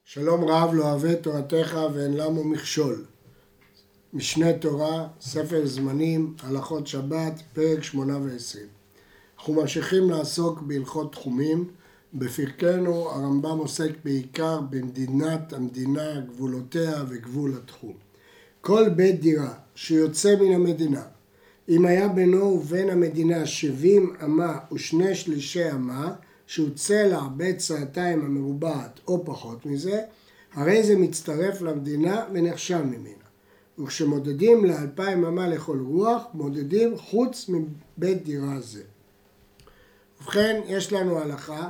שלום רב לא אוהב תורתך ואין למו מכשול. משנה תורה, ספר זמנים, הלכות שבת, פרק 18. אנחנו ממשיכים לעסוק בהלכות תחומים. בפרקנו הרמב"ם עוסק בעיקר במדינת המדינה, גבולותיה וגבול התחום. כל בית דירה שיוצא מן המדינה, אם היה בינו ובין המדינה 70 אמה ושני שלישי אמה, שהוא צלע בית סעתיים המרובעת או פחות מזה, הרי זה מצטרף למדינה ונחשב ממנה. וכשמודדים ל2,000 אמה לכל רוח, מודדים חוץ מבית דירה זה. ובכן, יש לנו הלכה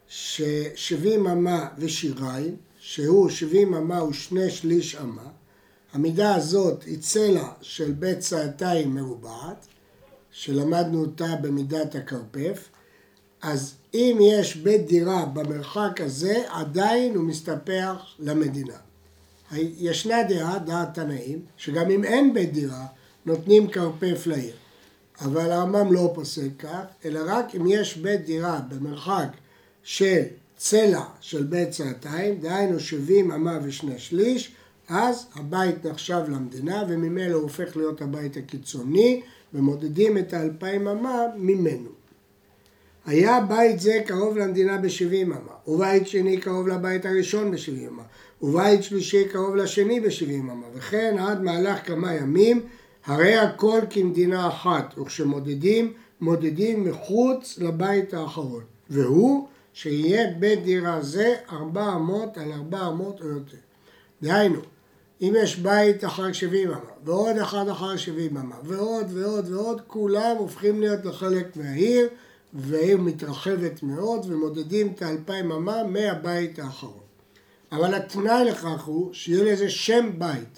ש70 אמה ושיריים, שהוא 70 אמה ושני שליש אמה, המידה הזאת היא צלע של בית סעתיים מרובעת, שלמדנו אותה במידת הקרפף, אז אם יש בית דירה במרחק הזה, עדיין הוא מסתפח למדינה. ישנה דעת תנאים, שגם אם אין בית דירה, נותנים קרפף לעיר. אבל הרמב"ם לא פוסק כך, אלא רק אם יש בית דירה במרחק של צלע של בית סעתיים, דהיינו 70 אמה ושני שליש, אז הבית נחשב למדינה, וממילא הוא הופך להיות הבית הקיצוני, ומודדים את 2,000 אמה ממנו. היה בית זה קרוב למדינה ב70 אמה, ובית שני קרוב לבית הראשון ב70 אמה, ובית שלישי קרוב לשני ב70 אמה, וכן עד מהלך כמה ימים, הרי הכל כמדינה אחת, וכשמודדים, מודדים מחוץ לבית האחרון, והוא שיהיה בית דירה זה 400 על 400 או יותר. דהיינו, אם יש בית אחר 70 אמה, ועוד אחד אחר 70 אמה, ועוד ועוד ועוד, כולם הופכים להיות לחלק מהעיר, והעיר מתרחבת מאוד, ומודדים את 2,000 אמה מהבית האחרון. אבל התנאי לכך הוא שיהיה לזה שם בית.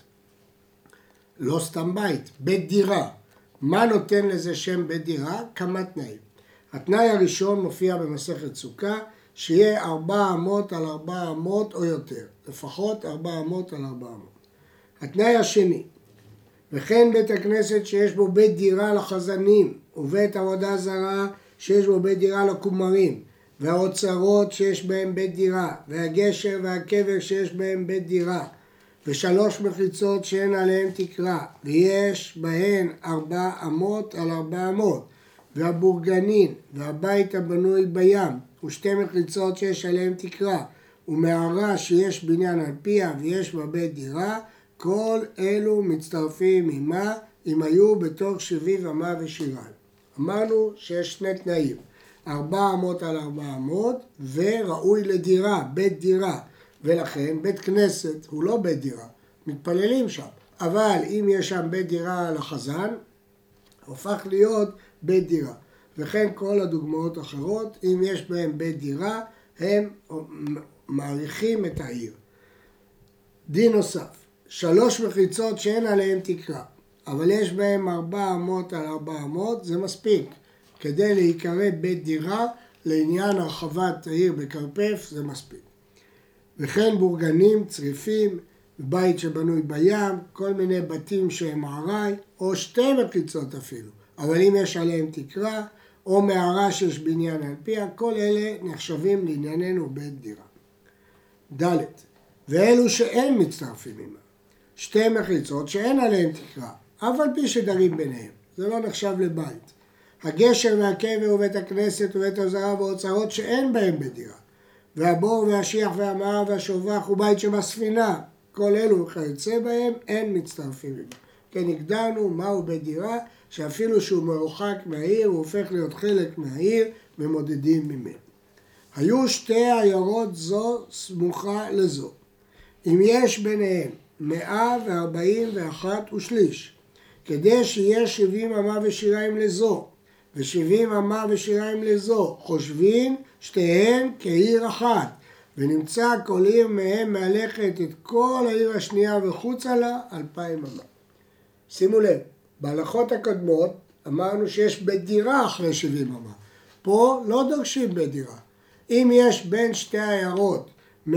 לא סתם בית, בית דירה. מה נותן לזה שם בית דירה? כמה תנאים. התנאי הראשון מופיע במסכת סוכה, שיהיה 400 על 400 או יותר. לפחות 400 על 400. התנאי השני, וכן בית הכנסת שיש בו בית דירה לחזנים, ובית עבודה זרה שיש בו בית דירה לכומרים, והאוצרות שיש בהם בית דירה, והגשר והקבר שיש בהם בית דירה, ושלוש מחיצות שאין עליהם תקרה, ויש בהן 400 על 400, והבורגנין, והבית הבנוי בים, ושתי מחיצות שיש עליהם תקרה, ומערה שיש בניין על פיה ויש בה בית דירה, כל אלו מצטרפים עמה אם היו בתוך 70 אמה ושיריים. אמרנו שיש שני תנאים, 400 על 400 וראוי לדירה, בית דירה, ולכן בית כנסת הוא לא בית דירה, מתפללים שם, אבל אם יש שם בית דירה לחזן, הופך להיות בית דירה. וכן כל הדוגמאות האחרות, אם יש בהם בית דירה, הם מעריכים את העיר. דין נוסף, 3 מחיצות שאין עליהם תקרה, אבל יש בהם 400 על 400, זה מספיק. כדי להיקרא בית דירה, לעניין הרחבת העיר בקרפף, זה מספיק. וכן בורגנים, צריפים, בית שבנוי בים, כל מיני בתים שהם ערי, או 2 מחיצות אפילו. אבל אם יש עליהם תקרה, או מערה שיש בניין על פיה, כל אלה נחשבים לענייננו בית דירה. ד' ואלו שאין מצטרפים עמה. 2 מחיצות שאין עליהם תקרה, אף על פי שדרים ביניהם, זה לא נחשב לבית. הגשר והקבר ובית הכנסת ובית הזרה והאוצרות שאין בהם בית דירה. והבור והשיח והמער והשובח ובית שבספינה, כל אלו וכיוצא בהם אין מצטרפים עמה. כן, הגדרנו מהו בית דירה, שאפילו שהוא מרוחק מהעיר, הוא הופך להיות חלק מהעיר ומודדים ממנו. היו 2 עיירות זו סמוכה לזו. אם יש ביניהם 141 ושליש, כדי שיהיה 70 אמה ושיריים לזו, ו70 אמה ושיריים לזו, חושבים שתיהן כעיר אחת, ונמצא כל עיר מהם מהלכת את כל העיר השנייה וחוצה לה 2,000 אמה. שימו לב, בהלכות הקודמות אמרנו שיש בית דירה אחרי 70 אמה. פה לא דורשים בית דירה. אם יש בין 2 העיירות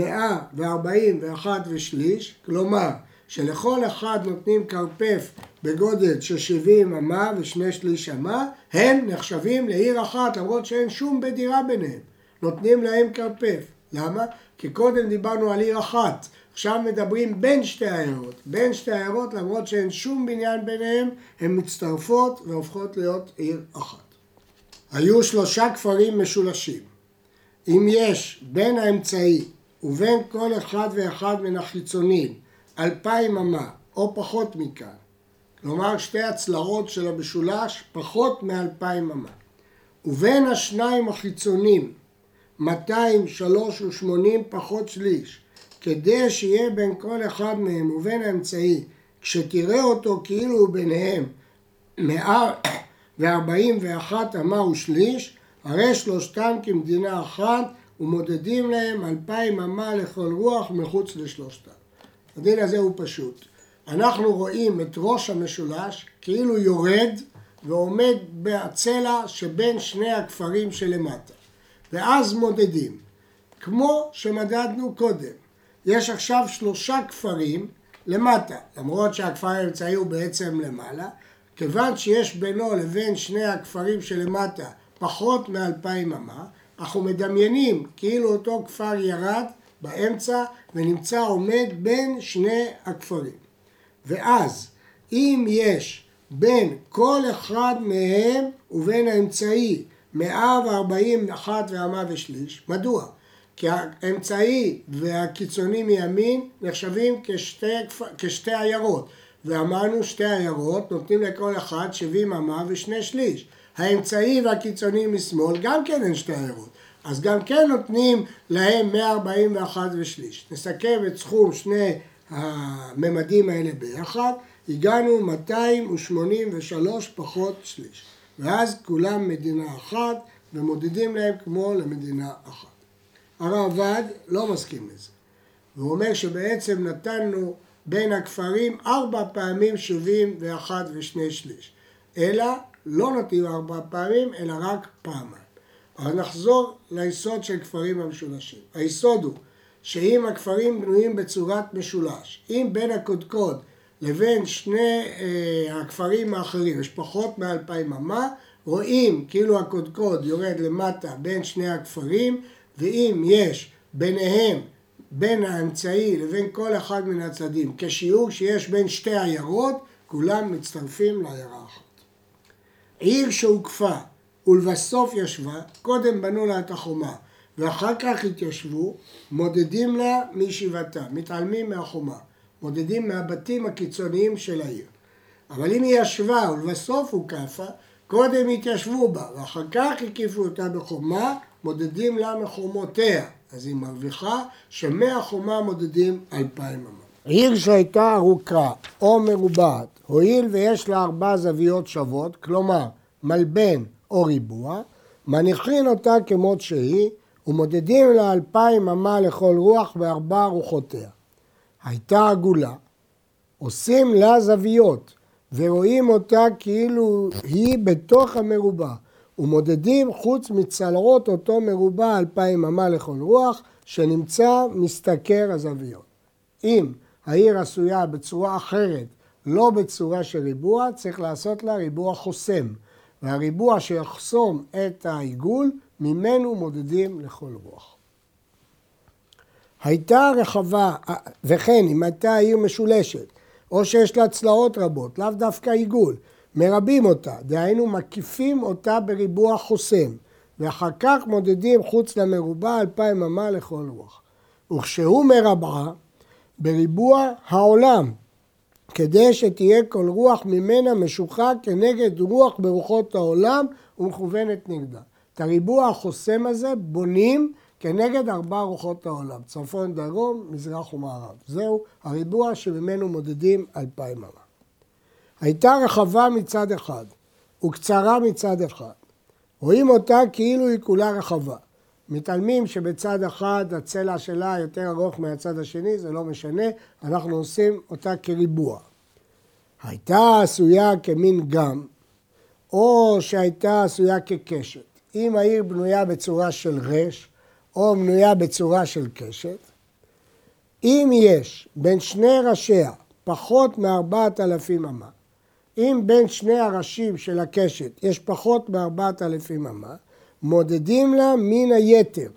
141 ושליש, כלומר שלכל אחד נותנים קרפף בגודל של 70 אמה ושני שליש אמה, הם נחשבים לעיר אחת, למרות שאין שום בית דירה ביניהם. נותנים להם קרפף. למה? כי קודם דיברנו על עיר אחת, עכשיו מדברים בין שתי העיירות. בין שתי העיירות, למרות שאין שום בניין ביניהם, הן מצטרפות והופכות להיות עיר אחת. היו 3 כפרים משולשים. אם יש בין האמצעי ובין כל אחד ואחד מן החיצונים 2,000 אמה או פחות מכאן, כלומר 2 הצלעות של המשולש פחות מ2,000 אמה, ובין השניים החיצונים 283 פחות שליש, כדי שיהיה בין כל אחד מהם ובין האמצעי, כשתראה אותו כאילו הוא ביניהם 141 אמה ושליש, הרי שלושתם כמדינה אחת, ומודדים להם 2,000 אמה לכל רוח מחוץ לשלושתם. הדין הזה הוא פשוט. אנחנו רואים את ראש המשולש כאילו יורד ועומד בצלע שבין שני הכפרים שלמטה. ואז מודדים, כמו שמדדנו קודם. יש עכשיו 3 כפרים למטה, למרות שהכפר האמצעי הוא בעצם למעלה, כיוון שיש בינו לבין שני הכפרים שלמטה פחות מ2,000 אמה, אנחנו מדמיינים כאילו אותו כפר ירד באמצע ונמצא עומד בין שני הכפרים. ואז אם יש בין כל אחד מהם ובין האמצעי 141 ואמה ושליש, מדוע? כי האמצעי והקיצוני מימין נחשבים כשתי עיירות, ואמרנו 2 עיירות נותנים לכל אחד 70 אמה ושני שליש. האמצעי והקיצוני משמאל גם כן אין 2 עיירות, אז גם כן נותנים להם 141 ושליש. נסכם את סכום שני הממדים האלה ביחד, הגענו 283 פחות שליש. ואז כולם מדינה אחת ומודדים להם כמו למדינה אחת. הרעב"ד לא מסכים לזה. הוא אומר שבעצם נתנו בין הכפרים 4 פעמים 71 ושני שליש. אלא לא נותנים 4 פעמים, אלא רק פעמיים. אז נחזור ליסוד של כפרים המשולשים. היסוד הוא שאם הכפרים בנויים בצורת משולש, אם בין הקודקוד לבין שני הכפרים האחרים יש פחות מ2,000 אמה, רואים כאילו הקודקוד יורד למטה בין שני הכפרים, ואם יש ביניהם, בין האמצעי לבין כל אחד מן הצדדים, כשיעור שיש בין 2 עיירות, כולם מצטרפים לעיירה אחת. עיר שהוקפה ולבסוף ישבה, קודם בנו לה את החומה, ואחר כך התיישבו, מודדים לה מישיבתה, מתעלמים מהחומה, מודדים מהבתים הקיצוניים של העיר. אבל אם היא ישבה ולבסוף הוקפה, קודם התיישבו בה, ואחר כך הקיפו אותה בחומה, מודדים לה מחומותיה. אז היא מרוויחה שמהחומה מודדים 2,000 אמה. עיר שהייתה ארוכה או מרובעת, הואיל ויש לה 4 זוויות שוות, כלומר מלבן או ריבוע, מניחים אותה כמות שהיא, ומודדים לה 2,000 אמה לכל רוח ב4 רוחותיה. הייתה עגולה, עושים לה זוויות, ורואים אותה כאילו היא בתוך המרובע, ומודדים חוץ מצלעות אותו מרובע 2,000 אמה לכל רוח, שנמצא מסתכר הזוויות. אם העיר עשויה בצורה אחרת, לא בצורה של ריבוע, צריך לעשות לה ריבוע חוסם. והריבוע שיחסום את העיגול, ממנו מודדים לכל רוח. הייתה רחבה, וכן אם הייתה עיר משולשת, או שיש לה צלעות רבות, לאו דווקא עיגול, מרבים אותה, דהיינו מקיפים אותה בריבוע חוסם, ואחר כך מודדים חוץ למרובע 2,000 אמה לכל רוח. וכשהוא מרבעה, בריבוע העולם, כדי שתהיה כל רוח ממנה משוחה כנגד רוח ברוחות העולם ומכוונת נגדה. את הריבוע החוסם הזה בונים כנגד 4 רוחות העולם, צפון, דרום, מזרח ומערב. זהו הריבוע שממנו מודדים 2,000 אמה. הייתה רחבה מצד אחד וקצרה מצד אחד. רואים אותה כאילו היא כולה רחבה. מתעלמים שבצד אחד הצלע שלה יותר ארוך מהצד השני, זה לא משנה, אנחנו עושים אותה כריבוע. הייתה עשויה כמין גם, או שהייתה עשויה כקשת. אם העיר בנויה בצורה של רש, או בנויה בצורה של קשת, אם יש בין שני ראשיה פחות מ4,000 אמה, אם בין שני הראשים של הקשת יש פחות מ4,000 אמה, מודדים לה מן היתר,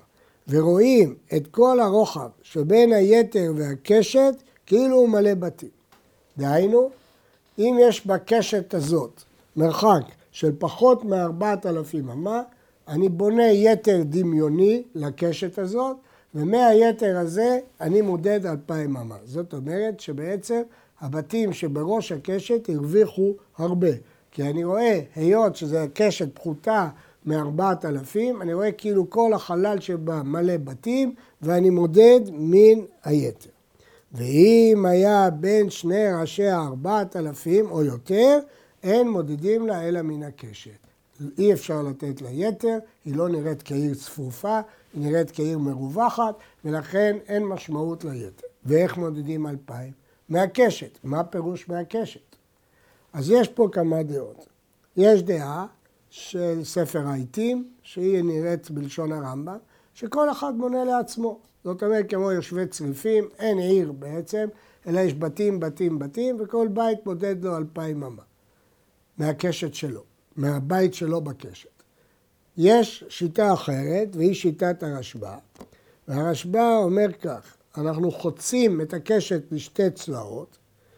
ורואים את כל הרוחב שבין היתר והקשת כאילו הוא מלא בתים. דהיינו, אם יש בקשת הזאת מרחק של פחות מ4,000 אמה, אני בונה יתר דמיוני לקשת הזאת, ומהיתר הזה אני מודד 2,000 אמה. זאת אומרת שבעצם הבתים שבראש הקשת הרוויחו הרבה. כי אני רואה, היות שזו קשת פחותה מ4,000, אני רואה כאילו כל החלל שבה מלא בתים, ואני מודד מן היתר. ואם היה בין שני ראשי 4,000 או יותר, אין מודדים לה אלא מן הקשת. אי אפשר לתת לה יתר, היא לא נראית כעיר צפופה, היא נראית כעיר מרווחת, ולכן אין משמעות ליתר. ואיך מודדים 2,000? מהקשת. מה פירוש מהקשת? אז יש פה כמה דעות. יש דעה של ספר העיתים, שהיא נראית בלשון הרמב"ם, שכל אחד מונה לעצמו. זאת אומרת, כמו יושבי צריפים, אין עיר בעצם, אלא יש בתים, בתים, בתים, וכל בית מודד לו 2,000 אמה. מהקשת שלו, מהבית שלו בקשת. יש שיטה אחרת, והיא שיטת הרשב"א, והרשב"א אומר כך, אנחנו חוצים את הקשת לשתי צלעות,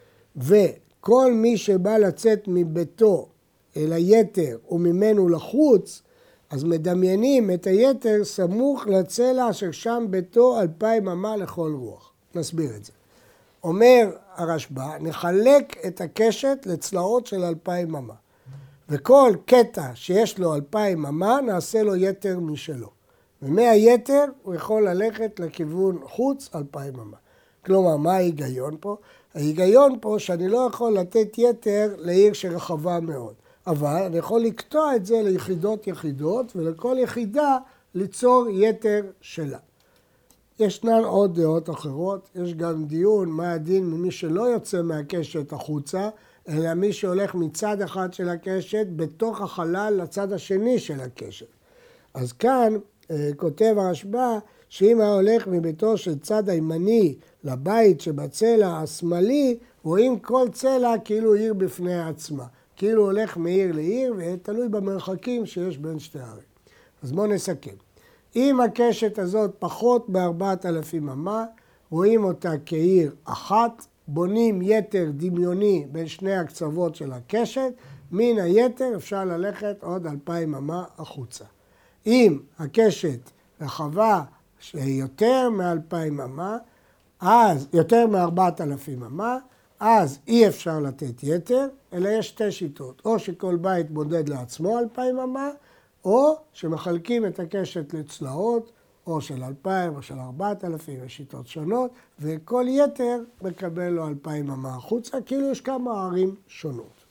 וכל מי שבא לצאת מביתו אל היתר וממנו לחוץ, אז מדמיינים את היתר סמוך לצלע אשר שם ביתו 2,000 אמה לכל רוח. נסביר את זה. אומר הרשב"א, נחלק את הקשת לצלעות של 2,000 אמה. וכל קטע שיש לו 2,000 אמה, נעשה לו יתר משלו. ומהיתר הוא יכול ללכת לכיוון חוץ 2,000 אמה. כלומר, מה ההיגיון פה? ההיגיון פה שאני לא יכול לתת יתר לעיר שרחבה מאוד. אבל אני יכול לקטוע את זה ליחידות יחידות, ולכל יחידה ליצור יתר שלה. ישנן עוד דעות אחרות, יש גם דיון מה הדין ממי שלא יוצא מהקשת החוצה, אלא מי שהולך מצד אחד של הקשת בתוך החלל לצד השני של הקשת. אז כאן כותב הרשב"א שאם היה הולך מביתו של צד הימני לבית שבצלע השמאלי, רואים כל צלע כאילו עיר בפני עצמה. כאילו הולך מעיר לעיר ותלוי במרחקים שיש בין שתי ערים. אז בואו נסכם. אם הקשת הזאת פחות מ4,000 אמה, רואים אותה כעיר אחת, בונים יתר דמיוני בין שני הקצוות של הקשת, מן היתר אפשר ללכת עוד 2,000 אמה החוצה. אם הקשת רחבה שיותר מ2,000 אמה, אז יותר מ4,000 אמה, אז אי אפשר לתת יתר, אלא יש שתי שיטות. או שכל בית מודד לעצמו 2,000 אמה, או שמחלקים את הקשת לצלעות, או של 2,000 או של 4,000, יש שיטות שונות, וכל יתר מקבל לו 2,000 אמה החוצה, כאילו יש כמה ערים שונות.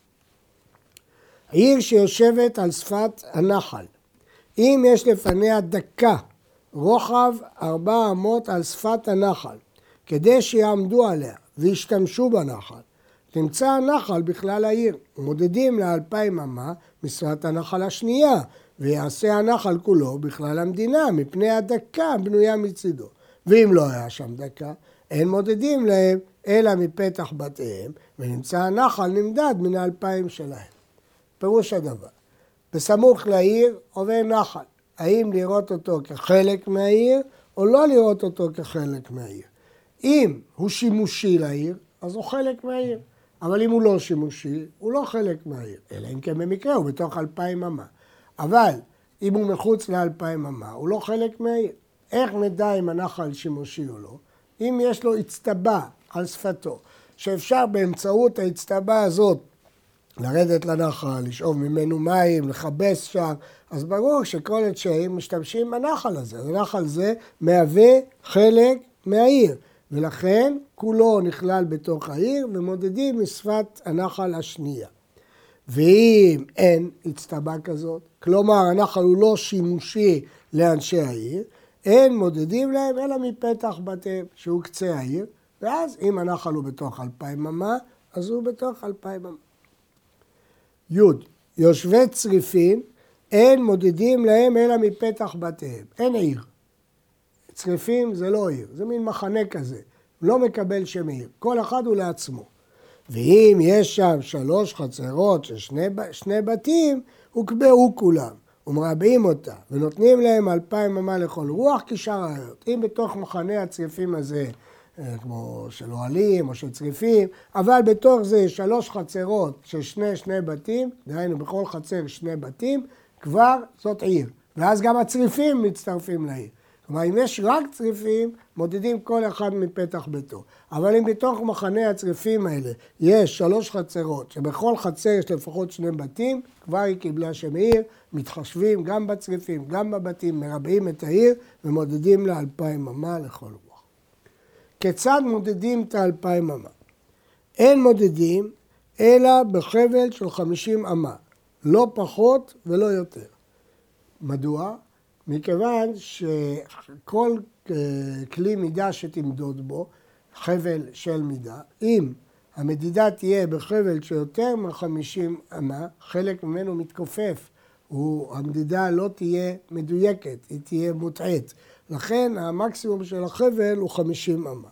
העיר שיושבת על שפת הנחל, אם יש לפניה דקה, רוחב 4 אמות על שפת הנחל, כדי שיעמדו עליה וישתמשו בנחל, תמצא הנחל בכלל העיר. מודדים ל2,000 אמה משפת הנחל השנייה, ויעשה הנחל כולו בכלל המדינה, מפני הדקה בנויה מצידו. ואם לא היה שם דקה, אין מודדים להם, אלא מפתח בתיהם, ונמצא הנחל נמדד מן 2,000 שלהם. פירוש הדבר, בסמוך לעיר עובר נחל. האם לראות אותו כחלק מהעיר, או לא לראות אותו כחלק מהעיר? אם הוא שימושי לעיר, אז הוא חלק מהעיר. אבל אם הוא לא שימושי, הוא לא חלק מהעיר. אלא אם כן במקרה, הוא בתוך 2,000 אמה. אבל אם הוא מחוץ ל2,000 אמה, הוא לא חלק מהעיר. איך נדע אם הנחל שימושי או לא? אם יש לו הצטבה על שפתו, שאפשר באמצעות ההצטבה הזאת לרדת לנחל, לשאוב ממנו מים, לחבס שם, אז ברור שכל הדשאים משתמשים בנחל הזה. הנחל זה מהווה חלק מהעיר, ולכן כולו נכלל בתוך העיר ומודדים משפת הנחל השנייה. ואם אין הצטבה כזאת, כלומר הנחל הוא לא שימושי לאנשי העיר, אין מודדים להם אלא מפתח בתיהם, שהוא קצה העיר, ואז אם הנחל הוא בתוך 2,000 אמה, אז הוא בתוך 2,000 אמה. י' יושבי צריפין, אין מודדים להם אלא מפתח בתיהם. אין עיר. צריפים זה לא עיר, זה מין מחנה כזה. לא מקבל שם עיר. כל אחד הוא לעצמו. ואם יש שם 3 חצרות של שני בתים, הוקבעו כולם. ומרבעים אותה, ונותנים להם 2,000 אמה לכל רוח כשאר האריות. אם בתוך מחנה הצריפים הזה, כמו של אוהלים או של צריפים, אבל בתוך זה 3 חצרות של שני בתים, דהיינו בכל חצר 2 בתים, כבר זאת עיר. ואז גם הצריפים מצטרפים לעיר. כלומר, אם יש רק צריפים, מודדים כל אחד מפתח ביתו. אבל אם בתוך מחנה הצריפים האלה יש 3 חצרות, שבכל חצר יש לפחות 2 בתים, כבר היא קיבלה שם עיר, מתחשבים גם בצריפים, גם בבתים, מרבעים את העיר ומודדים לה 2,000 אמה לכל רוח. כיצד מודדים את 2,000 אמה? אין מודדים אלא בחבל של 50 אמה, לא פחות ולא יותר. מדוע? מכיוון שכל כלי מידה שתמדוד בו, חבל של מידה, אם המדידה תהיה בחבל שיותר מ-50 אמה, חלק ממנו מתכופף, המדידה לא תהיה מדויקת, היא תהיה מוטעית. לכן המקסימום של החבל הוא 50 אמה.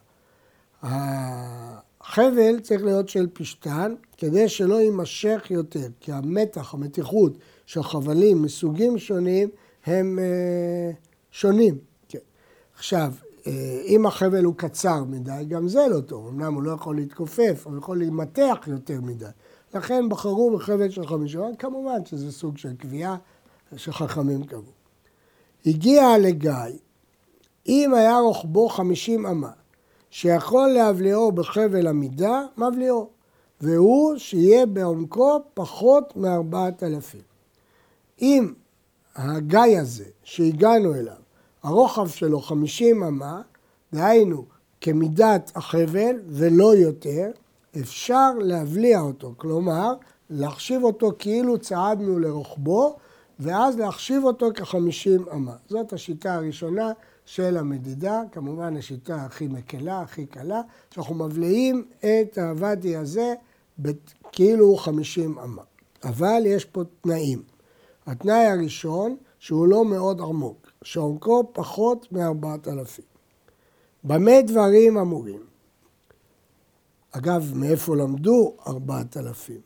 החבל צריך להיות של פשטן, כדי שלא יימשך יותר, כי המתיחות של חבלים מסוגים שונים, הם שונים. כן. עכשיו, אם החבל הוא קצר מדי, גם זה לא טוב. אמנם הוא לא יכול להתכופף, הוא יכול להימתח יותר מדי. לכן בחרו בחבל של 50 אמה, כמובן שזה סוג של קביעה שחכמים קבעו. הגיע לגיא, אם היה רוחבו 50 אמה, שיכול להבליעו בחבל המידה, מבליעו. והוא שיהיה בעומקו פחות מ4,000. אם הגיא הזה שהגענו אליו, הרוחב שלו 50 אמה, דהיינו כמידת החבל ולא יותר, אפשר להבליע אותו. כלומר, להחשיב אותו כאילו צעדנו לרוחבו, ואז להחשיב אותו כ50 אמה. זאת השיטה הראשונה של המדידה, כמובן השיטה הכי מקלה, הכי קלה, שאנחנו מבליעים את הוואדי הזה כאילו 50 אמה. אבל יש פה תנאים. התנאי הראשון, שהוא לא מאוד עמוק, שעומקו פחות מ4,000. במה דברים אמורים? אגב, מאיפה למדו 4,000?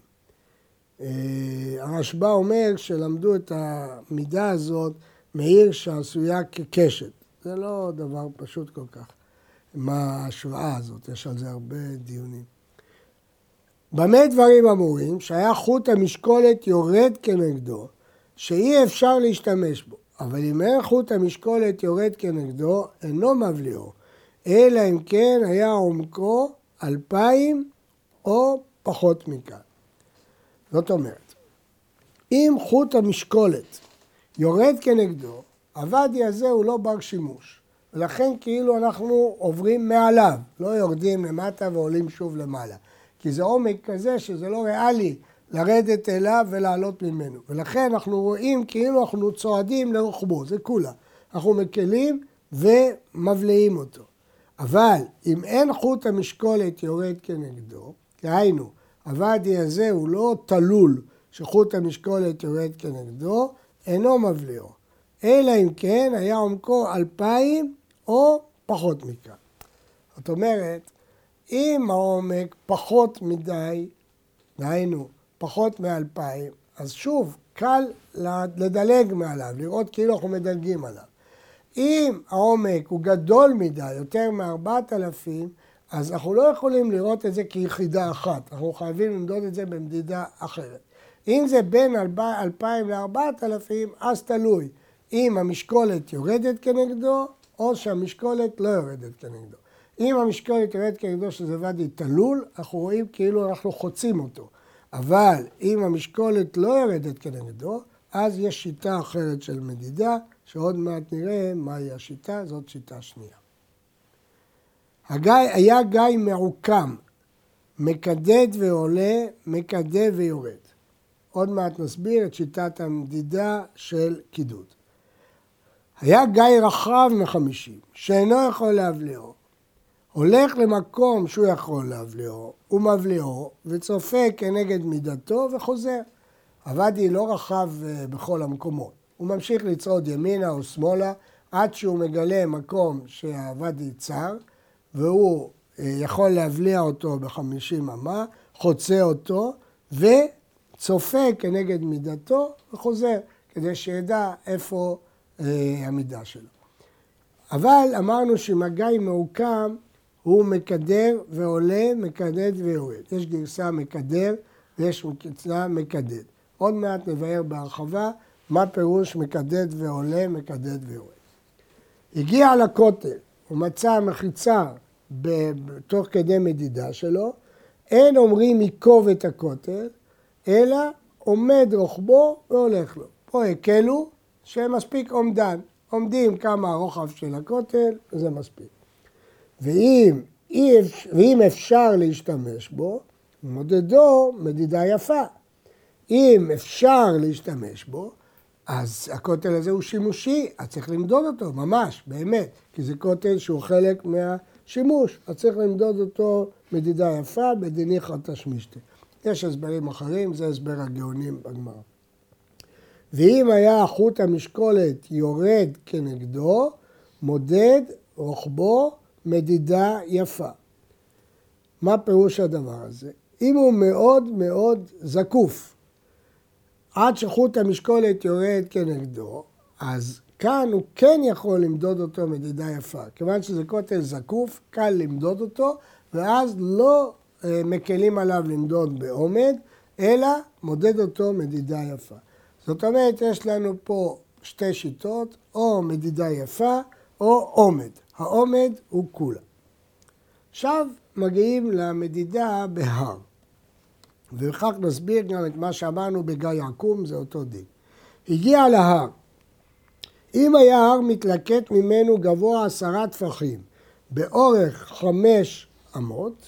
הרשב"א אומר שלמדו את המידה הזאת מעיר שעשויה כקשת. זה לא דבר פשוט כל כך. מה ההשוואה הזאת? יש על זה הרבה דיונים. במה דברים אמורים? שהיה חוט המשקולת יורד כנגדו, שאי אפשר להשתמש בו. אבל אם אין חוט המשקולת יורד כנגדו, אינו מבליעו, אלא אם כן היה עומקו 2,000 או פחות מכאן. זאת אומרת, אם חוט המשקולת יורד כנגדו, הוואדי הזה הוא לא בר שימוש. ולכן כאילו אנחנו עוברים מעליו, לא יורדים למטה ועולים שוב למעלה. כי זה עומק כזה שזה לא ריאלי לרדת אליו ולעלות ממנו. ולכן אנחנו רואים כאילו אנחנו צועדים לרוחבו, זה כולה. אנחנו מקלים ומבליעים אותו. אבל אם אין חוט המשקולת יורד כנגדו, דהיינו, הוואדי הזה הוא לא תלול שחוט המשקולת יורד כנגדו, אינו מבליעו. אלא אם כן היה עומקו 2,000 או פחות מכאן. זאת אומרת, אם העומק פחות מדי, דהיינו, פחות מ2,000, אז שוב, קל לדלג מעליו, לראות כאילו אנחנו מדלגים עליו. אם העומק הוא גדול מדי, יותר מ4,000, אז אנחנו לא יכולים לראות את זה כיחידה אחת. אנחנו חייבים למדוד את זה במדידה אחרת. אם זה בין 2,000 ל4,000, אז תלוי אם המשקולת יורדת כנגדו, או שהמשקולת לא יורדת כנגדו. אם המשקולת יורדת כנגדו שזה ואדי תלול, אנחנו רואים כאילו אנחנו חוצים אותו. אבל אם המשקולת לא יורדת כנגדו, אז יש שיטה אחרת של מדידה, שעוד מעט נראה מהי השיטה, זאת שיטה שנייה. היה גיא מעוקם, מקדד ועולה, מקדד ויורד. עוד מעט נסביר את שיטת המדידה של קידוד. היה גיא רחב מ50, שאינו יכול להבליעו. הולך למקום שהוא יכול להבליעו, הוא מבליעו וצופה כנגד מידתו וחוזר. הוואדי לא רחב בכל המקומות. הוא ממשיך לצעוד ימינה או שמאלה עד שהוא מגלה מקום שהוואדי צר, והוא יכול להבליע אותו ב50 אמה, חוצה אותו וצופה כנגד מידתו וחוזר, כדי שידע איפה המידה שלו. אבל אמרנו שמגאי מעוקם הוא מקדר ועולה, מקדד ויורד. יש גרסה מקדר ויש גרסה מקדד. עוד מעט נבהר בהרחבה מה פירוש מקדד ועולה, מקדד ויורד. הגיע לכותל, הוא מצא מחיצה תוך כדי מדידה שלו, אין אומרים ייקוב את הכותל, אלא עומד רוחבו והולך לו. פה הקלו שמספיק עומדן. עומדים כמה הרוחב של הכותל, זה מספיק. ואם אפשר להשתמש בו, מודדו מדידה יפה. אם אפשר להשתמש בו, אז הכותל הזה הוא שימושי, אז צריך למדוד אותו, ממש, באמת, כי זה כותל שהוא חלק מהשימוש, אז צריך למדוד אותו מדידה יפה, בדיניחא תשמישתא. יש הסברים אחרים, זה הסבר הגאונים בגמרא. ואם היה חוט המשקולת יורד כנגדו, מודד רוחבו מדידה יפה. מה פירוש הדבר הזה? אם הוא מאוד מאוד זקוף, עד שחוט המשקולת יורד כנגדו, אז כאן הוא כן יכול למדוד אותו מדידה יפה. כיוון שזה כותל זקוף, קל למדוד אותו, ואז לא מקלים עליו למדוד בעומד, אלא מודד אותו מדידה יפה. זאת אומרת, יש לנו פה שתי שיטות, או מדידה יפה, או עומד. העומד הוא כולה. עכשיו מגיעים למדידה בהר. וכך נסביר גם את מה שאמרנו בגיא עקום, זה אותו דין. הגיע להר. אם היה הר מתלקט ממנו גבוה 10 טפחים, באורך 5 אמות,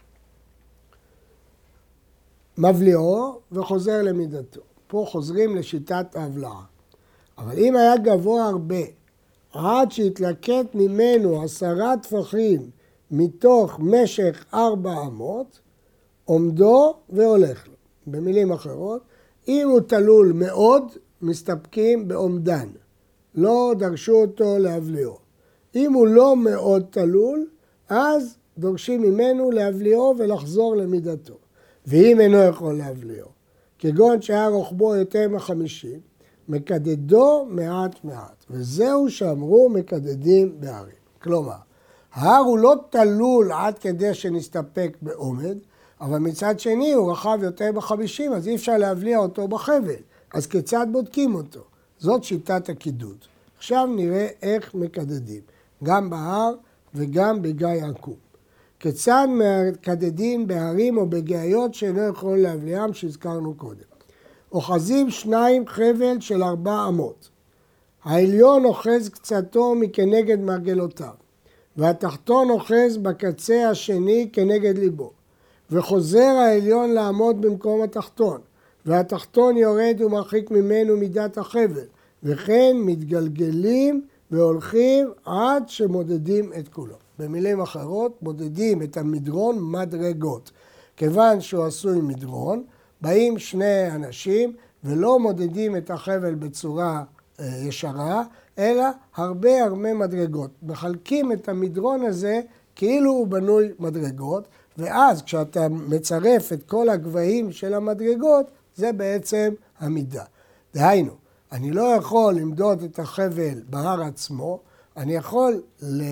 מבליעו וחוזר למידתו. פה חוזרים לשיטת ההבלעה. אבל אם היה גבוה הרבה, עד שהתלקט ממנו 10 טפחים מתוך משך 4 אמות, עומדו והולך לו. במילים אחרות, אם הוא תלול מאוד, מסתפקים בעומדן. לא דרשו אותו להבליעו. אם הוא לא מאוד תלול, אז דורשים ממנו להבליעו ולחזור למידתו. ואם אינו יכול להבליעו, כגון שהיה רוחבו יותר מ50, מקדדו מעט מעט. וזהו שאמרו מקדדים בהרים. כלומר, ההר הוא לא תלול עד כדי שנסתפק בעומד, אבל מצד שני הוא רחב יותר מ50, אז אי אפשר להבליע אותו בחבל. אז כיצד בודקים אותו? זאת שיטת הקידוד. עכשיו נראה איך מקדדים, גם בהר וגם בגיא עקום. כיצד מקדדים בהרים או בגאיות שאינו יכול להבליעם שהזכרנו קודם. אוחזים 2 חבל של 4 אמות. העליון אוחז קצתו מכנגד מרגלותיו, והתחתון אוחז בקצה השני כנגד ליבו. וחוזר העליון לעמוד במקום התחתון, והתחתון יורד ומרחיק ממנו מידת החבל, וכן מתגלגלים והולכים עד שמודדים את כולו. במילים אחרות, מודדים את המדרון מדרגות. כיוון שהוא עשוי מדרון, באים 2 אנשים ולא מודדים את החבל בצורה ישרה, אלא הרבה מדרגות. מחלקים את המדרון הזה כאילו הוא בנוי מדרגות, ואז כשאתה מצרף את כל הגבהים של המדרגות, זה בעצם המידה. דהיינו, אני לא יכול למדוד את החבל בהר עצמו, אני יכול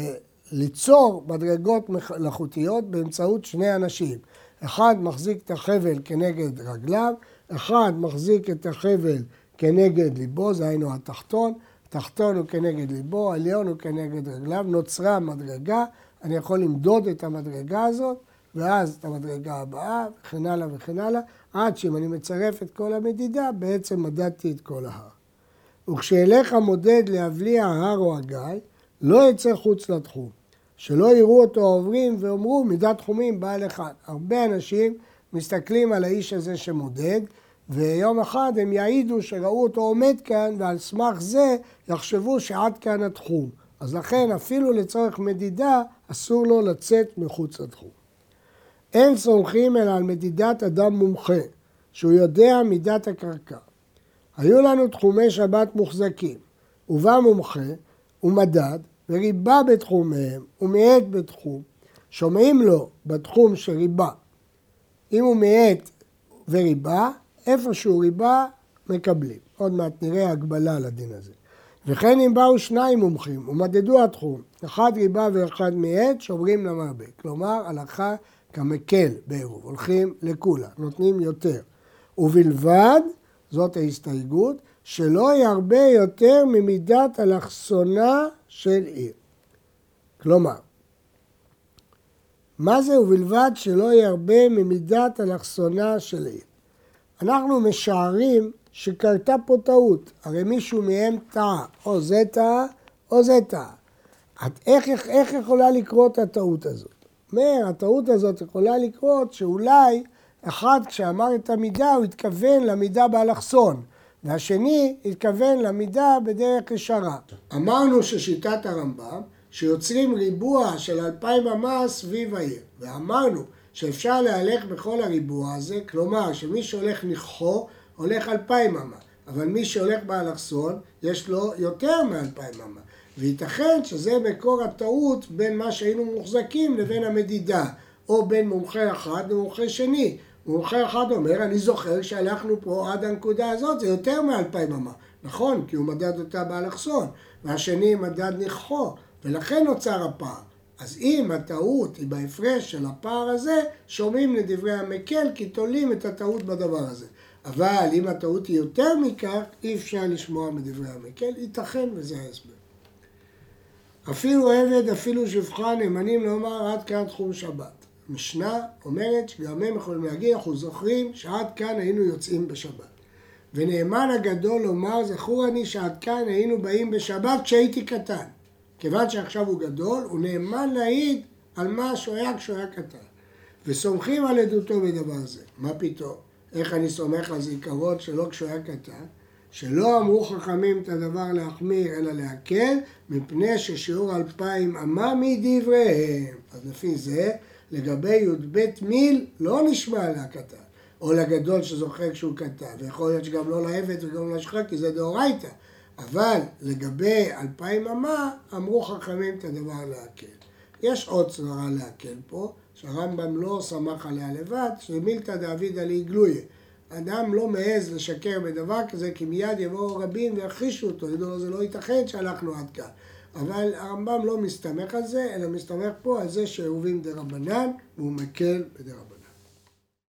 ליצור מדרגות מלאכותיות באמצעות 2 אנשים. אחד מחזיק את החבל כנגד רגליו, אחד מחזיק את החבל כנגד ליבו, זה היינו התחתון, התחתון הוא כנגד ליבו, העליון הוא כנגד רגליו, נוצרה מדרגה, אני יכול למדוד את המדרגה הזאת, ואז את המדרגה הבאה, וכן הלאה וכן הלאה, עד שאם אני מצרף את כל המדידה, בעצם מדדתי את כל ההר. וכשאליך מודד להבליע ההר או הגיא, לא יצא חוץ לתחום. שלא יראו אותו עוברים ואומרו מידת תחומים באה לכאן. הרבה אנשים מסתכלים על האיש הזה שמודד, ויום אחד הם יעידו שראו אותו עומד כאן, ועל סמך זה יחשבו שעד כאן התחום. אז לכן אפילו לצורך מדידה אסור לו לצאת מחוץ לתחום. אין סומכים אלא על מדידת אדם מומחה, שהוא יודע מידת הקרקע. היו לנו תחומי שבת מוחזקים, ובא מומחה ומדד, וריבה בתחומיהם ומעט בתחום, שומעים לו בתחום שריבה. אם הוא מעט וריבה, איפה שהוא ריבה, מקבלים. עוד מעט נראה הגבלה לדין הזה. וכן אם באו שניים מומחים ומדדו התחום, אחד ריבה ואחד מעט, שומרים למרבה. כלומר, הלכה כמקל בעירוב, הולכים לכולה, נותנים יותר. ובלבד, זאת ההסתייגות, שלא ירבה יותר ממידת אלכסונה של עיר. כלומר, מה זה ובלבד שלא ירבה ממידת אלכסונה של עיר? אנחנו משערים שקרתה פה טעות, הרי מישהו מהם טעה, או זה טעה או זה טעה. איך יכולה לקרות הטעות הזאת? אומר, הטעות הזאת יכולה לקרות שאולי אחד כשאמר את המידה הוא התכוון למידה באלכסון, והשני התכוון למידה בדרך ישרה. אמרנו ששיטת הרמב"ם שיוצרים ריבוע של 2,000 אמה סביב העיר, ואמרנו שאפשר להלך בכל הריבוע הזה, כלומר שמי שהולך נכחו הולך 2,000 אמה, אבל מי שהולך באלכסון יש לו יותר מ2,000 אמה, וייתכן שזה מקור הטעות בין מה שהיינו מוחזקים לבין המדידה, או בין מומחה אחד למומחה שני. מומחה אחד אומר, אני זוכר שהלכנו פה עד הנקודה הזאת, זה יותר מ2,000 אמה, נכון? כי הוא מדד אותה באלכסון, והשני מדד נכחו, ולכן נוצר הפער. אז אם הטעות היא בהפרש של הפער הזה, שומעים לדברי המקל, כי תולים את הטעות בדבר הזה. אבל אם הטעות היא יותר מכך, אי אפשר לשמוע מדברי המקל, ייתכן וזה ההסבר. אפילו עבד, אפילו שפחה, נאמנים לומר עד כאן תחום שבת. המשנה אומרת שגם הם יכולים להגיד, אנחנו זוכרים שעד כאן היינו יוצאים בשבת. ונאמן הגדול לומר, זכור אני שעד כאן היינו באים בשבת כשהייתי קטן. כיוון שעכשיו הוא גדול, הוא נאמן להעיד על מה שהוא היה כשהוא היה קטן. וסומכים על עדותו בדבר זה. מה פתאום? איך אני סומך על זיכרון שלא כשהוא היה קטן? שלא אמרו חכמים את הדבר להחמיר אלא להקל, מפני ששיעור 2,000 אמה מדבריהם. אז לפי זה, לגבי י"ב מיל לא נשמע לקטן, או לגדול שזוכר כשהוא קטן, ויכול להיות שגם לא לעבד וגם לא לשחק, כי זה דאורייתא. אבל לגבי 2,000 אמה, אמרו חכמים את הדבר להקל. יש עוד סברה להקל פה, שהרמב"ם לא סמך עליה לבד, שמילתא דאבידא לי גלויה. אדם לא מעז לשקר בדבר כזה, כי מיד יבואו רבים ויחישו אותו, ידעו לו זה לא ייתכן שהלכנו עד כאן. אבל הרמב"ם לא מסתמך על זה, אלא מסתמך פה על זה שעירובין דרבנן, והוא מקל בדרבנן.